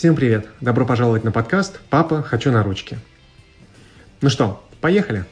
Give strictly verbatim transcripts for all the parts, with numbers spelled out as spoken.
Всем привет! Добро пожаловать на подкаст «Папа, хочу на ручки». Ну что, поехали?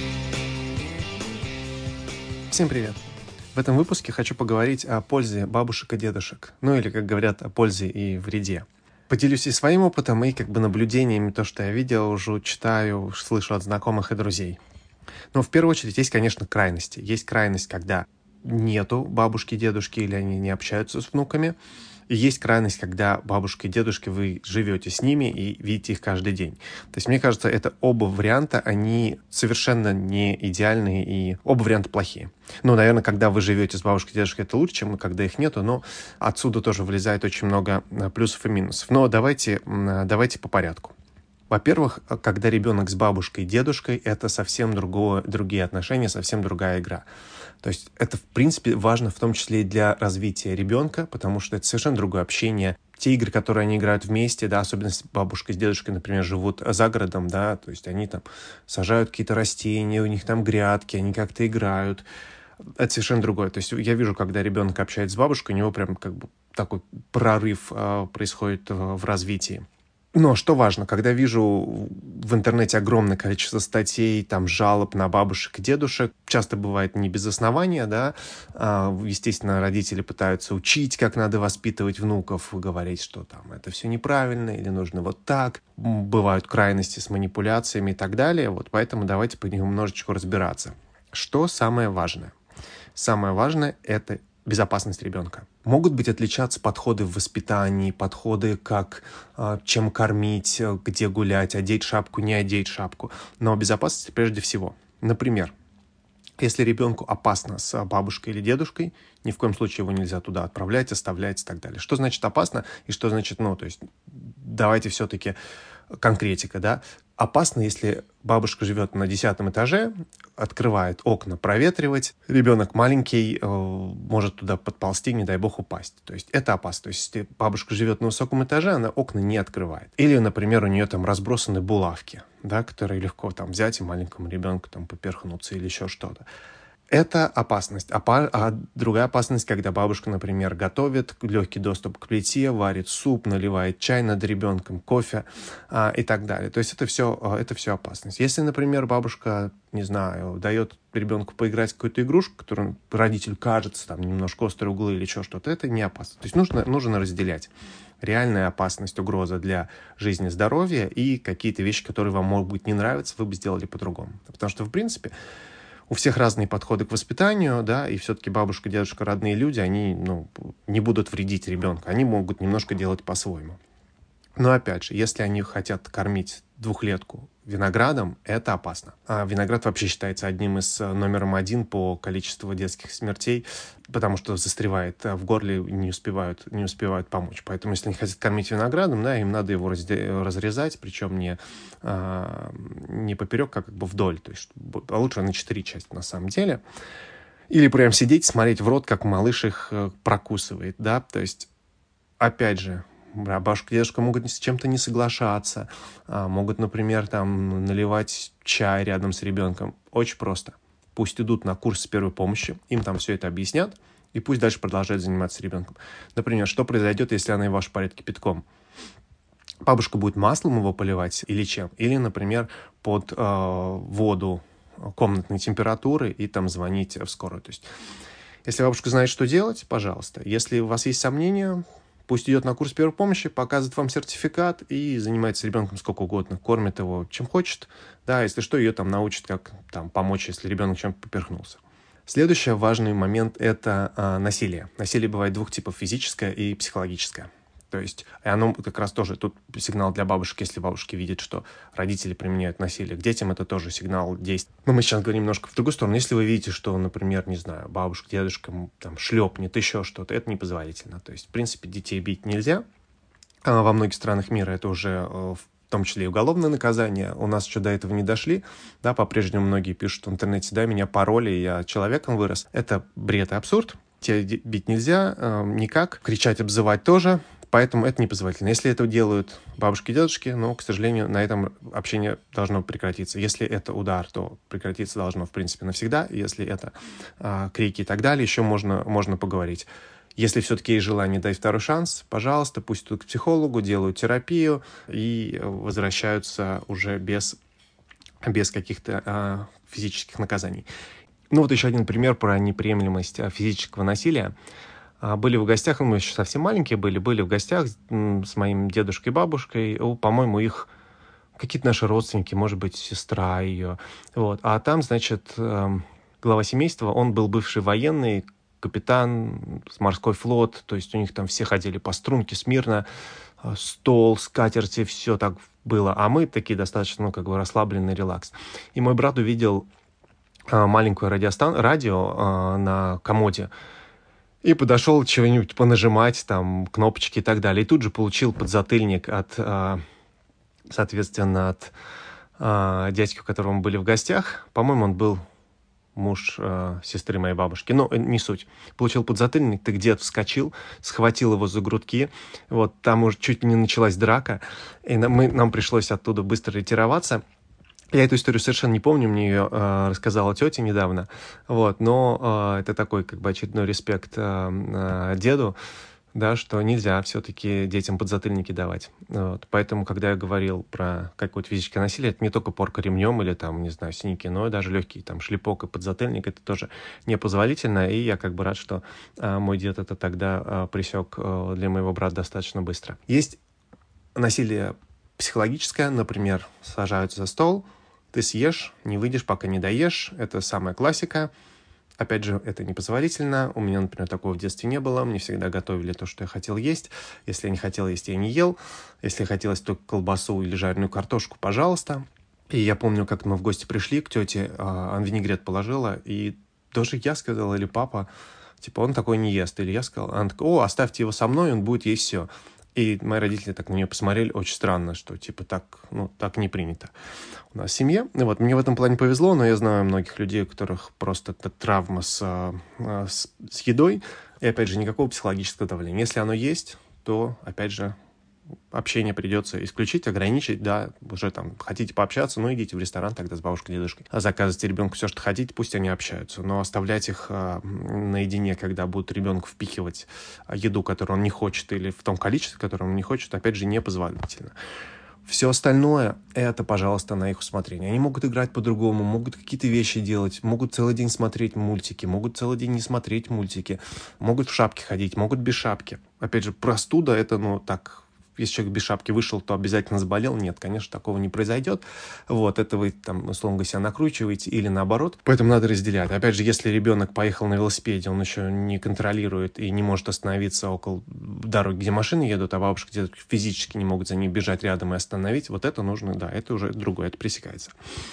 Всем привет! В этом выпуске хочу поговорить о пользе бабушек и дедушек. Ну или, как говорят, о пользе и вреде. Поделюсь и своим опытом, и как бы наблюдениями, то, что я видел, уже читаю, слышу от знакомых и друзей. Но в первую очередь есть, конечно, крайности. Есть крайность, когда нету бабушки, дедушки, или они не общаются с внуками. И есть крайность, когда бабушка и дедушка, вы живете с ними и видите их каждый день. То есть, мне кажется, это оба варианта, они совершенно не идеальные, и оба варианта плохие. Ну, наверное, когда вы живете с бабушкой и дедушкой, это лучше, чем когда их нету, но отсюда тоже вылезает очень много плюсов и минусов. Но давайте, давайте по порядку. Во-первых, когда ребенок с бабушкой и дедушкой, это совсем другое, другие отношения, совсем другая игра. То есть это, в принципе, важно в том числе и для развития ребенка, потому что это совершенно другое общение. Те игры, которые они играют вместе, да, особенно с бабушкой с дедушкой, например, живут за городом, да, то есть они там сажают какие-то растения, у них там грядки, они как-то играют. Это совершенно другое. То есть я вижу, когда ребенок общается с бабушкой, у него прям как бы такой прорыв э, происходит э, в развитии. Но что важно, когда вижу в интернете огромное количество статей, там, жалоб на бабушек и дедушек, часто бывает не без основания, да, естественно, родители пытаются учить, как надо воспитывать внуков, говорить, что там это все неправильно или нужно вот так, бывают крайности с манипуляциями и так далее, вот поэтому давайте по нему немножечко разбираться. Что самое важное? Самое важное – это безопасность ребенка. Могут быть отличаться подходы в воспитании, подходы, как э, чем кормить, где гулять, одеть шапку, не одеть шапку. Но безопасность прежде всего. Например, если ребенку опасно с бабушкой или дедушкой, ни в коем случае его нельзя туда отправлять, оставлять и так далее. Что значит опасно и что значит, ну, то есть давайте все-таки конкретика, да. Опасно, если бабушка живет на десятом этаже, открывает окна проветривать, ребенок маленький, э, может туда подползти, не дай бог упасть. То есть это опасно. То есть если бабушка живет на высоком этаже, она окна не открывает. Или, например, у нее там разбросаны булавки, да, которые легко там взять и маленькому ребенку там поперхнуться или еще что-то. Это опасность. А, па- а другая опасность, когда бабушка, например, готовит легкий доступ к плите, варит суп, наливает чай над ребенком, кофе а, и так далее. То есть это все, это все опасность. Если, например, бабушка, не знаю, дает ребенку поиграть в какую-то игрушку, которую родителю кажется, там, немножко острые углы или еще что-то, это не опасно. То есть нужно, нужно разделять реальная опасность, угроза для жизни, здоровья и какие-то вещи, которые вам, могут быть, не нравятся, вы бы сделали по-другому. Потому что, в принципе, у всех разные подходы к воспитанию, да, и все-таки бабушка, дедушка, родные люди, они, ну, не будут вредить ребенку, они могут немножко делать по-своему. Но опять же, если они хотят кормить двухлетку виноградом, это опасно. А виноград вообще считается одним из номером один по количеству детских смертей, потому что застревает в горле, не успевают, не успевают помочь. Поэтому, если они хотят кормить виноградом, да, им надо его разрезать, причем не, а, не поперек, а как бы вдоль. То есть, а лучше на четыре части на самом деле. Или прям сидеть, смотреть в рот, как малыш их прокусывает, да, то есть, опять же, бабушка и дедушка могут с чем-то не соглашаться, могут, например, там, наливать чай рядом с ребенком. Очень просто. Пусть идут на курс первой помощи, им там все это объяснят, и пусть дальше продолжают заниматься ребенком. Например, что произойдет, если она его шпарит кипятком? Бабушка будет маслом его поливать или чем? Или, например, под э, воду комнатной температуры и там звонить в скорую. То есть, если бабушка знает, что делать, пожалуйста. Если у вас есть сомнения, пусть идет на курс первой помощи, показывает вам сертификат и занимается ребенком сколько угодно, кормит его чем хочет. Да, если что, ее там научат, как там помочь, если ребенок чем-то поперхнулся. Следующий важный момент – это а, насилие. Насилие бывает двух типов – физическое и психологическое. То есть оно как раз тоже тут сигнал для бабушек, если бабушки видят, что родители применяют насилие к детям, это тоже сигнал действия. Но мы сейчас говорим немножко в другую сторону. Если вы видите, что, например, не знаю, бабушка, дедушка там шлепнет, еще что-то, это непозволительно. То есть, в принципе, детей бить нельзя. А во многих странах мира это уже в том числе и уголовное наказание. У нас еще до этого не дошли. Да, по-прежнему многие пишут в интернете, да, меня пароли, я человеком вырос. Это бред и абсурд. Тебя бить нельзя э, никак. Кричать, обзывать тоже. Поэтому это непозволительно. Если это делают бабушки и дедушки, ну, к сожалению, на этом общение должно прекратиться. Если это удар, то прекратиться должно, в принципе, навсегда. Если это а, крики и так далее, еще можно, можно поговорить. Если все-таки есть желание дать второй шанс, пожалуйста, пусть идут к психологу, делают терапию и возвращаются уже без, без каких-то а, физических наказаний. Ну вот еще один пример про неприемлемость физического насилия. Были в гостях, мы еще совсем маленькие были, были в гостях с моим дедушкой и бабушкой, по-моему, их какие-то наши родственники, может быть, сестра ее. Вот. А там, значит, глава семейства, он был бывший военный, капитан, морской флот, то есть у них там все ходили по струнке смирно, стол, скатерти, все так было. А мы такие достаточно, ну, как бы расслабленный релакс. И мой брат увидел маленькую радиостан... радио на комоде, и подошел чего-нибудь понажимать, там, кнопочки и так далее. И тут же получил подзатыльник от, соответственно, от дядьки, у которого мы были в гостях. По-моему, он был муж сестры моей бабушки. Но не суть. Получил подзатыльник, так дед вскочил, схватил его за грудки. Вот, там уже чуть не началась драка. И мы, нам пришлось оттуда быстро ретироваться. Я эту историю совершенно не помню, мне ее э, рассказала тетя недавно, вот, но э, это такой как бы очередной респект э, э, деду, да, что нельзя все-таки детям подзатыльники давать. Вот. Поэтому, когда я говорил про какое-то физическое насилие, это не только порка ремнем или там, не знаю, синяки, но и даже легкий там шлепок и подзатыльник, это тоже непозволительно, и я как бы рад, что э, мой дед это тогда э, пресек э, для моего брата достаточно быстро. Есть насилие психологическое, например, сажаются за стол, ты съешь, не выйдешь, пока не доешь. Это самая классика. Опять же, это непозволительно. У меня, например, такого в детстве не было. Мне всегда готовили то, что я хотел есть. Если я не хотел есть, я не ел. Если хотелось только колбасу или жареную картошку, пожалуйста. И я помню, как мы в гости пришли к тете, а винегрет положила, и тоже я сказал, или папа, типа, он такой не ест. Или я сказал, она такая, о, оставьте его со мной, он будет есть все. И мои родители так на нее посмотрели очень странно, что типа так, ну, так не принято у нас в семье. И вот мне в этом плане повезло, но я знаю многих людей, у которых просто это травма с, с, с едой. И опять же, никакого психологического давления. Если оно есть, то, опять же, общение придется исключить, ограничить, да, уже там хотите пообщаться, ну идите в ресторан тогда с бабушкой, дедушкой, а заказывайте ребенку все, что хотите, пусть они общаются, но оставлять их а, наедине, когда будут ребенку впихивать еду, которую он не хочет, или в том количестве, которое он не хочет, опять же, непозволительно. Все остальное – это, пожалуйста, на их усмотрение. Они могут играть по-другому, могут какие-то вещи делать, могут целый день смотреть мультики, могут целый день не смотреть мультики, могут в шапке ходить, могут без шапки. Опять же, простуда – это, ну, так… Если человек без шапки вышел, то обязательно заболел. Нет, конечно, такого не произойдет. Вот, это вы, там, условно говоря, себя накручиваете или наоборот. Поэтому надо разделять. Опять же, если ребенок поехал на велосипеде, он еще не контролирует и не может остановиться около дороги, где машины едут, а бабушка где-то физически не могут за ним бежать рядом и остановить, вот это нужно, да, это уже другое, это пресекается.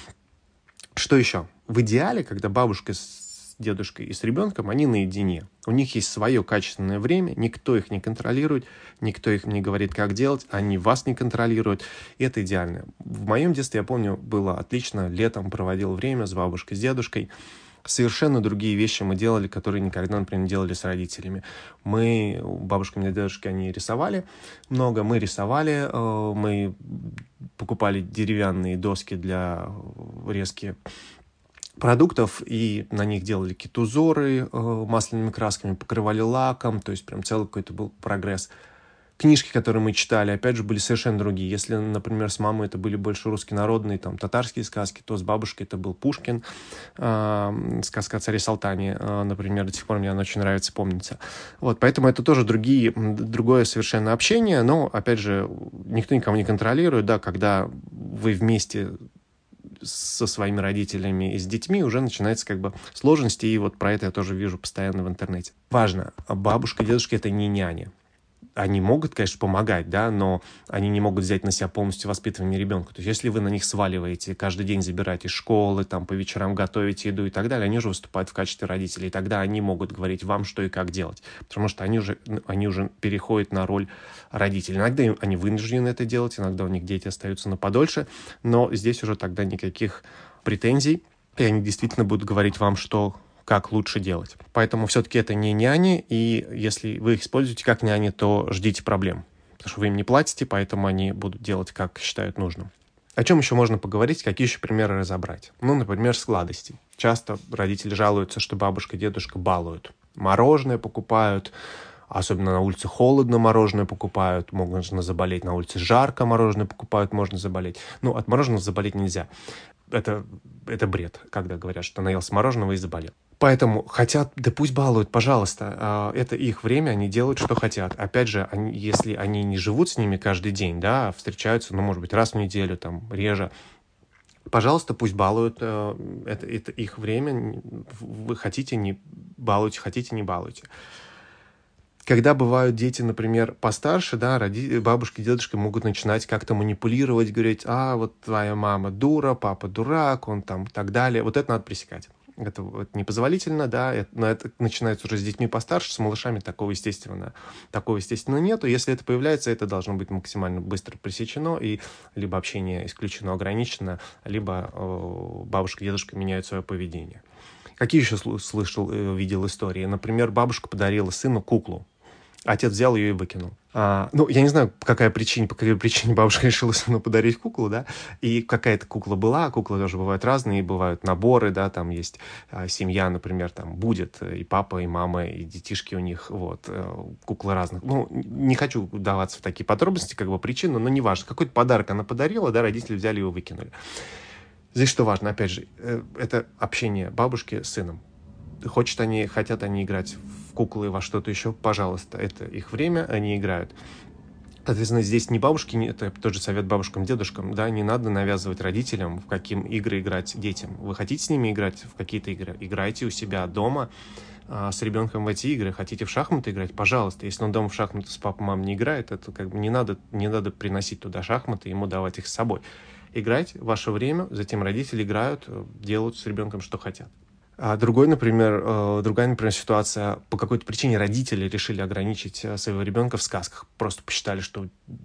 Что еще? В идеале, когда бабушка с дедушкой и с ребенком, они наедине. У них есть свое качественное время, никто их не контролирует, никто их не говорит, как делать, они вас не контролируют, и это идеально. В моем детстве, я помню, было отлично, летом проводил время с бабушкой, с дедушкой. Совершенно другие вещи мы делали, которые никогда, например, не делали с родителями. Мы, бабушка и дедушка, они рисовали много, мы рисовали, мы покупали деревянные доски для резки продуктов, и на них делали какие-то узоры э, масляными красками, покрывали лаком, то есть прям целый какой-то был прогресс. Книжки, которые мы читали, опять же, были совершенно другие. Если, например, с мамой это были больше русские народные, там, татарские сказки, то с бабушкой это был Пушкин, э, сказка о царе Салтане, э, например, до сих пор мне она очень нравится, помнится. Вот, поэтому это тоже другие, другое совершенно общение, но, опять же, никто никого не контролирует, да, когда вы вместе со своими родителями и с детьми, уже начинается как бы сложности, и вот про это я тоже вижу постоянно в интернете. Важно, бабушка, дедушка – это не няни. Они могут, конечно, помогать, да, но они не могут взять на себя полностью воспитывание ребенка. То есть если вы на них сваливаете, каждый день забираете из школы, там, по вечерам готовите еду и так далее, они уже выступают в качестве родителей, и тогда они могут говорить вам, что и как делать, потому что они уже, они уже переходят на роль родителей. Иногда они вынуждены это делать, иногда у них дети остаются на подольше, но здесь уже тогда никаких претензий, и они действительно будут говорить вам, что как лучше делать. Поэтому все-таки это не няни, и если вы их используете как няни, то ждите проблем, потому что вы им не платите, поэтому они будут делать, как считают нужным. О чем еще можно поговорить, какие еще примеры разобрать? Ну, например, сладости. Часто родители жалуются, что бабушка и дедушка балуют. Мороженое покупают, особенно на улице холодно, мороженое покупают, можно заболеть, на улице жарко, мороженое покупают, можно заболеть. Ну, от мороженого заболеть нельзя. Это, это бред, когда говорят, что наелся мороженого и заболел. Поэтому хотят, да пусть балуют, пожалуйста. Это их время, они делают, что хотят. Опять же, они, если они не живут с ними каждый день, да, а встречаются, ну, может быть, раз в неделю, там, реже, пожалуйста, пусть балуют. Это, это их время. Вы хотите, не балуйте, хотите, не балуйте. Когда бывают дети, например, постарше, да, роди... бабушки, дедушки могут начинать как-то манипулировать, говорить, а, вот твоя мама дура, папа дурак, он там и так далее. Вот это надо пресекать. Это вот непозволительно, да, это, но это начинается уже с детьми постарше, с малышами такого, естественно, такого, естественно, нету. Если это появляется, это должно быть максимально быстро пресечено, и либо общение исключено, ограничено, либо э, бабушка, дедушка меняют свое поведение. Какие еще слышал, видел истории? Например, бабушка подарила сыну куклу. Отец взял ее и выкинул. А, ну, я не знаю, какая причина, по какой причине бабушка решила сыну подарить куклу, да, и какая-то кукла была, куклы тоже бывают разные, бывают наборы, да, там есть а, семья, например, там будет и папа, и мама, и детишки у них, вот, а, куклы разных. Ну, не хочу вдаваться в такие подробности, как бы причину, но неважно. Какой-то подарок она подарила, да, родители взяли его и выкинули. Здесь что важно, опять же, это общение бабушки с сыном. Хочет они, хотят они играть в куклы, во что-то еще, пожалуйста, это их время, они играют. Соответственно, здесь не бабушки, это тот же совет бабушкам, дедушкам, да, не надо навязывать родителям, в какие игры играть детям. Вы хотите с ними играть в какие-то игры, играйте у себя дома а, с ребенком в эти игры. Хотите в шахматы играть, пожалуйста. Если он дома в шахматы с папой, мамой не играет, это как бы не надо, не надо приносить туда шахматы, ему давать их с собой. Играйте в ваше время, затем родители играют, делают с ребенком, что хотят. А другой, например, другая, например, ситуация, по какой-то причине родители решили ограничить своего ребенка в сказках. Просто посчитали, что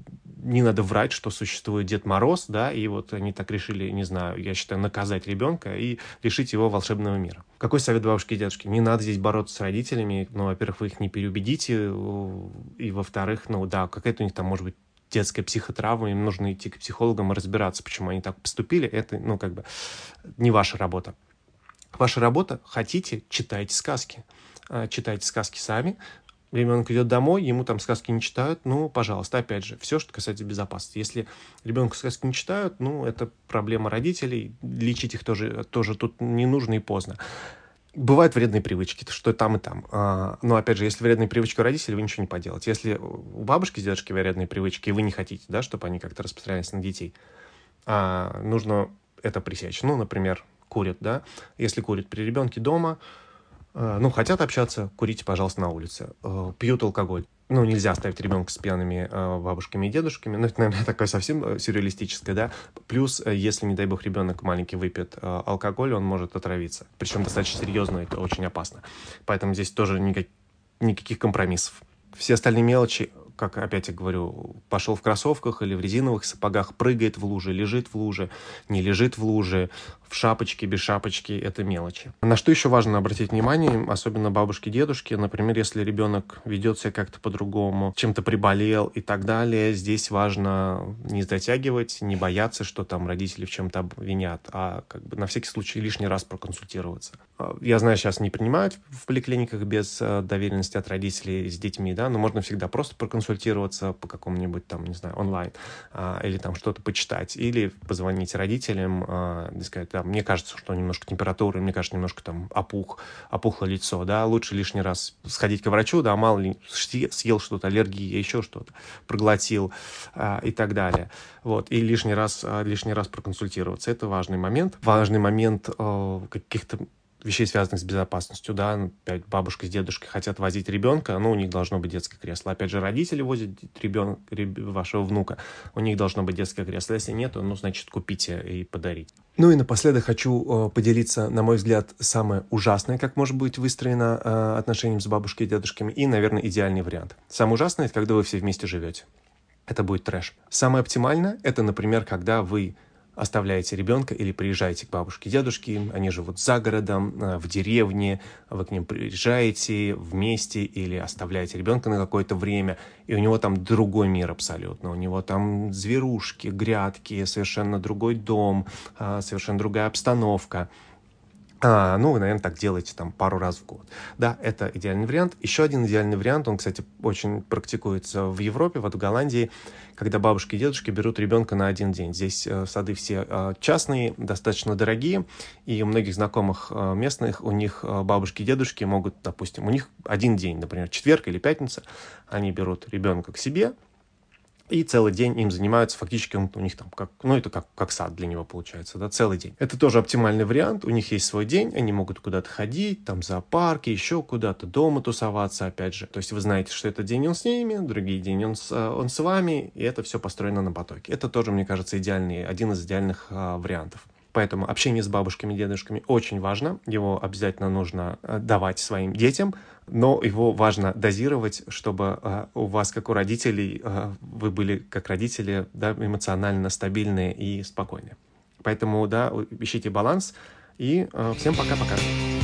не надо врать, что существует Дед Мороз, да, и вот они так решили, не знаю, я считаю, наказать ребенка и лишить его волшебного мира. Какой совет бабушки и дедушки? Не надо здесь бороться с родителями, ну, во-первых, вы их не переубедите, и, во-вторых, ну, да, какая-то у них там, может быть, детская психотравма, им нужно идти к психологам и разбираться, почему они так поступили, это, ну, как бы, не ваша работа. Ваша работа, хотите, читайте сказки. Читайте сказки сами. Ребенок идет домой, ему там сказки не читают, ну, пожалуйста, опять же, все, что касается безопасности. Если ребенку сказки не читают, ну, это проблема родителей, лечить их тоже, тоже тут не нужно и поздно. Бывают вредные привычки, что там и там. Но, опять же, если вредные привычки у родителей, вы ничего не поделаете. Если у бабушки с дедушкой вредные привычки, и вы не хотите, да, чтобы они как-то распространялись на детей, нужно это пресечь. Ну, например, курят, да, если курят при ребенке дома, э, ну, хотят общаться, курите, пожалуйста, на улице. Э, пьют алкоголь. Ну, нельзя оставить ребенка с пьяными э, бабушками и дедушками. Ну, это, наверное, такое совсем сюрреалистическое, да. Плюс, э, если, не дай бог, ребенок маленький выпьет э, алкоголь, он может отравиться. Причем достаточно серьезно, это очень опасно. Поэтому здесь тоже никак, никаких компромиссов. Все остальные мелочи, как опять я говорю, пошел в кроссовках или в резиновых сапогах, прыгает в луже, лежит в луже, не лежит в луже, в шапочке, без шапочки, это мелочи. На что еще важно обратить внимание, особенно бабушки, дедушки, например, если ребенок ведет себя как-то по-другому, чем-то приболел и так далее, здесь важно не затягивать, не бояться, что там родители в чем-то обвинят, а как бы на всякий случай лишний раз проконсультироваться. Я знаю, сейчас не принимают в поликлиниках без доверенности от родителей с детьми, да, но можно всегда просто проконсультироваться по какому-нибудь там, не знаю, онлайн, а, или там что-то почитать, или позвонить родителям, а, и сказать, да, мне кажется, что немножко температура, мне кажется, немножко там опух, опухло лицо, да, лучше лишний раз сходить к врачу, да, мало ли съел что-то, аллергия, еще что-то, проглотил, а, и так далее. Вот, и лишний раз, а, лишний раз проконсультироваться. Это важный момент. Важный момент а, каких-то вещей, связанных с безопасностью, да, опять бабушка с дедушкой хотят возить ребенка, ну, у них должно быть детское кресло. Опять же, родители возят ребенка, вашего внука, у них должно быть детское кресло. Если нет, ну, значит, купите и подарите. Ну и напоследок хочу э, поделиться, на мой взгляд, самое ужасное, как может быть выстроено э, отношением с бабушкой и дедушками, и, наверное, идеальный вариант. Самое ужасное — это когда вы все вместе живете. Это будет трэш. Самое оптимальное — это, например, когда вы оставляете ребенка или приезжаете к бабушке и дедушке, они живут за городом, в деревне, вы к ним приезжаете вместе или оставляете ребенка на какое-то время, и у него там другой мир абсолютно, у него там зверушки, грядки, совершенно другой дом, совершенно другая обстановка. А, ну, вы, наверное, так делаете там пару раз в год. Да, это идеальный вариант. Еще один идеальный вариант, он, кстати, очень практикуется в Европе, вот в Голландии, когда бабушки и дедушки берут ребенка на один день. Здесь э, сады все э, частные, достаточно дорогие, и у многих знакомых э, местных, у них э, бабушки и дедушки могут, допустим, у них один день, например, четверг или пятница, они берут ребенка к себе, и целый день им занимаются, фактически он, у них там, как, ну, это как, как сад для него получается, да, целый день. Это тоже оптимальный вариант, у них есть свой день, они могут куда-то ходить, там, в зоопарке, еще куда-то, дома тусоваться, опять же. То есть вы знаете, что этот день он с ними, другие день он с, он с вами, и это все построено на потоке. Это тоже, мне кажется, идеальный, один из идеальных а, вариантов. Поэтому общение с бабушками и дедушками очень важно. Его обязательно нужно давать своим детям, но его важно дозировать, чтобы у вас, как у родителей, вы были, как родители, да, эмоционально стабильные и спокойные. Поэтому, да, ищите баланс. И всем пока-пока.